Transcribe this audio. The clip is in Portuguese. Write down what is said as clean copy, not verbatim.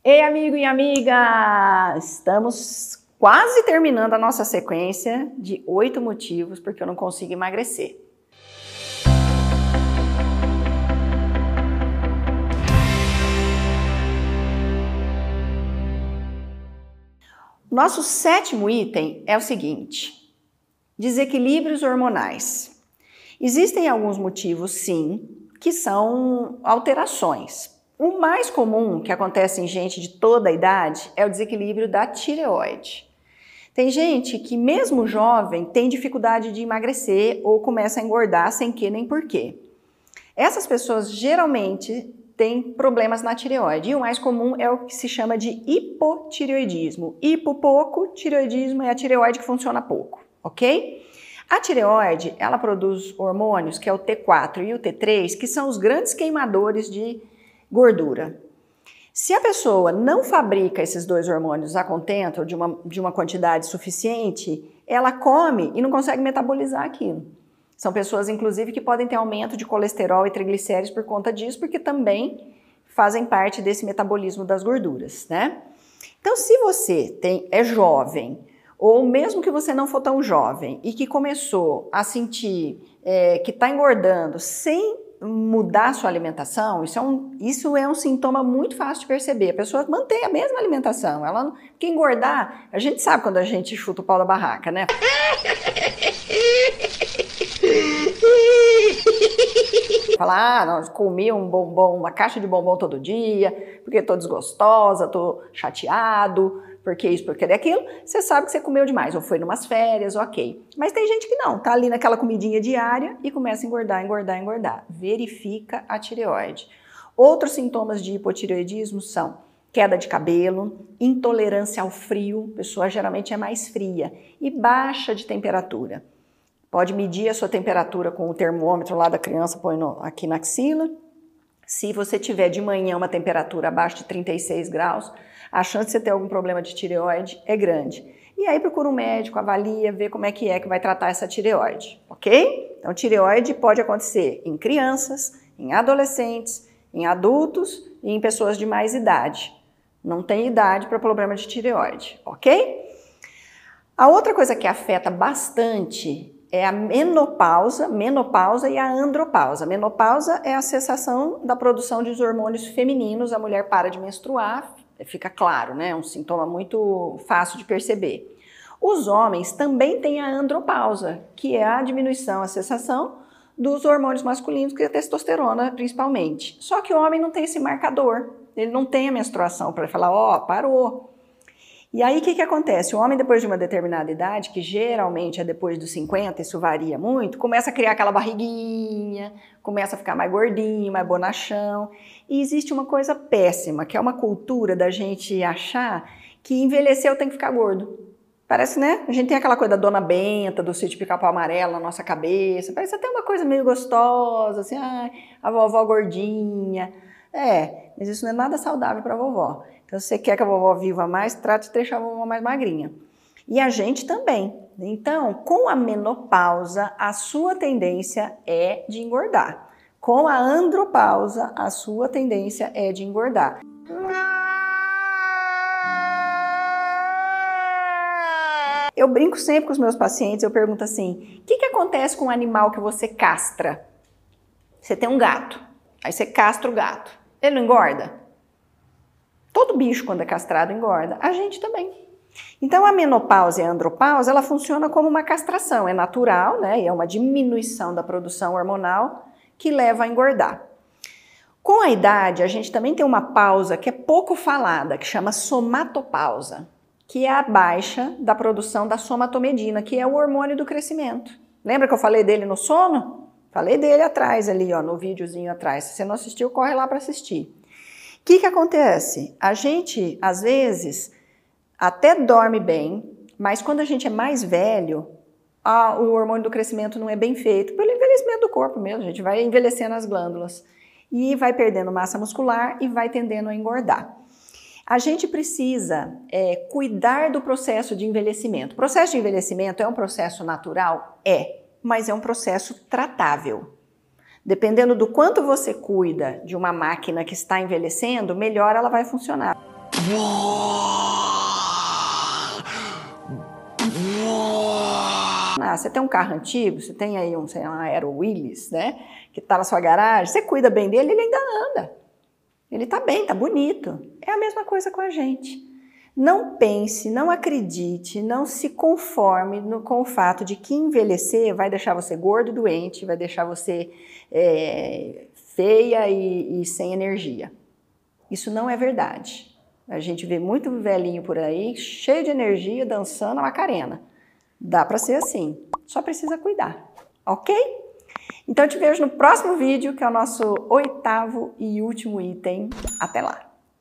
Ei, amigo e amiga! Estamos quase terminando a nossa sequência de 8 motivos porque eu não consigo emagrecer. Nosso 7º item é o seguinte: desequilíbrios hormonais. Existem alguns motivos, sim, que são alterações. O mais comum que acontece em gente de toda a idade é o desequilíbrio da tireoide. Tem gente que, mesmo jovem, tem dificuldade de emagrecer ou começa a engordar sem que nem porquê. Essas pessoas geralmente têm problemas na tireoide e o mais comum é o que se chama de hipotireoidismo. Hipo pouco, tireoidismo é a tireoide que funciona pouco, ok? A tireoide, ela produz hormônios que é o T4 e o T3, que são os grandes queimadores de gordura. Se a pessoa não fabrica esses dois hormônios a contento de uma quantidade suficiente, ela come e não consegue metabolizar aquilo. São pessoas, inclusive, que podem ter aumento de colesterol e triglicéridos por conta disso, porque também fazem parte desse metabolismo das gorduras, né? Então, se você é jovem, ou mesmo que você não for tão jovem e que começou a sentir que está engordando sem mudar a sua alimentação, isso é um sintoma muito fácil de perceber. A pessoa mantém a mesma alimentação, porque engordar, a gente sabe quando a gente chuta o pau da barraca, né? Falar, não, comi um bombom, uma caixa de bombom todo dia, porque tô desgostosa, tô chateado, porque isso, porque aquilo, você sabe que você comeu demais, ou foi numas férias, ok. Mas tem gente que não, tá ali naquela comidinha diária e começa a engordar. Verifica a tireoide. Outros sintomas de hipotireoidismo são queda de cabelo, intolerância ao frio, a pessoa geralmente é mais fria, e baixa de temperatura. Pode medir a sua temperatura com o termômetro lá da criança, põe aqui na axila. Se você tiver de manhã uma temperatura abaixo de 36 graus, a chance de você ter algum problema de tireoide é grande. E aí procura um médico, avalia, vê como é que vai tratar essa tireoide, ok? Então, tireoide pode acontecer em crianças, em adolescentes, em adultos e em pessoas de mais idade. Não tem idade para problema de tireoide, ok? A outra coisa que afeta bastante é a menopausa e a andropausa. A menopausa é a cessação da produção de hormônios femininos, a mulher para de menstruar, fica claro, né? É um sintoma muito fácil de perceber. Os homens também têm a andropausa, que é a diminuição, a cessação dos hormônios masculinos, que é a testosterona principalmente. Só que o homem não tem esse marcador, ele não tem a menstruação para falar, ó, parou. E aí, o que acontece? O homem, depois de uma determinada idade, que geralmente é depois dos 50, isso varia muito, começa a criar aquela barriguinha, começa a ficar mais gordinho, mais bonachão. E existe uma coisa péssima, que é uma cultura da gente achar que envelheceu tem que ficar gordo. Parece, né? A gente tem aquela coisa da Dona Benta, do Sítio Pica-Pau Amarelo na nossa cabeça. Parece até uma coisa meio gostosa, assim, a vovó gordinha. Mas isso não é nada saudável para a vovó. Então, se você quer que a vovó viva mais, trate de deixar a vovó mais magrinha. E a gente também. Então, com a menopausa, a sua tendência é de engordar. Com a andropausa, a sua tendência é de engordar. Eu brinco sempre com os meus pacientes, eu pergunto assim, o que acontece com o animal que você castra? Você tem um gato, aí você castra o gato. Ele não engorda? Todo bicho, quando é castrado, engorda. A gente também. Então, a menopausa e a andropausa, ela funciona como uma castração. É natural, né? E é uma diminuição da produção hormonal que leva a engordar. Com a idade, a gente também tem uma pausa que é pouco falada, que chama somatopausa, que é a baixa da produção da somatomedina, que é o hormônio do crescimento. Lembra que eu falei dele no sono? Falei dele atrás ali, ó, no videozinho atrás. Se você não assistiu, corre lá para assistir. O que acontece? A gente, às vezes, até dorme bem, mas quando a gente é mais velho, o hormônio do crescimento não é bem feito, pelo envelhecimento do corpo mesmo, a gente vai envelhecendo as glândulas e vai perdendo massa muscular e vai tendendo a engordar. A gente precisa cuidar do processo de envelhecimento. O processo de envelhecimento é um processo natural? Mas é um processo tratável. Dependendo do quanto você cuida de uma máquina que está envelhecendo, melhor ela vai funcionar. Ah, você tem um carro antigo, você tem aí um, sei lá, Aero Willys, né? Que tá na sua garagem, você cuida bem dele, ele ainda anda. Ele tá bem, tá bonito. É a mesma coisa com a gente. Não pense, não acredite, não se conforme com o fato de que envelhecer vai deixar você gordo e doente, vai deixar você feia e sem energia. Isso não é verdade. A gente vê muito velhinho por aí, cheio de energia, dançando a Macarena. Dá para ser assim, só precisa cuidar, ok? Então eu te vejo no próximo vídeo, que é o nosso 8º e último item. Até lá!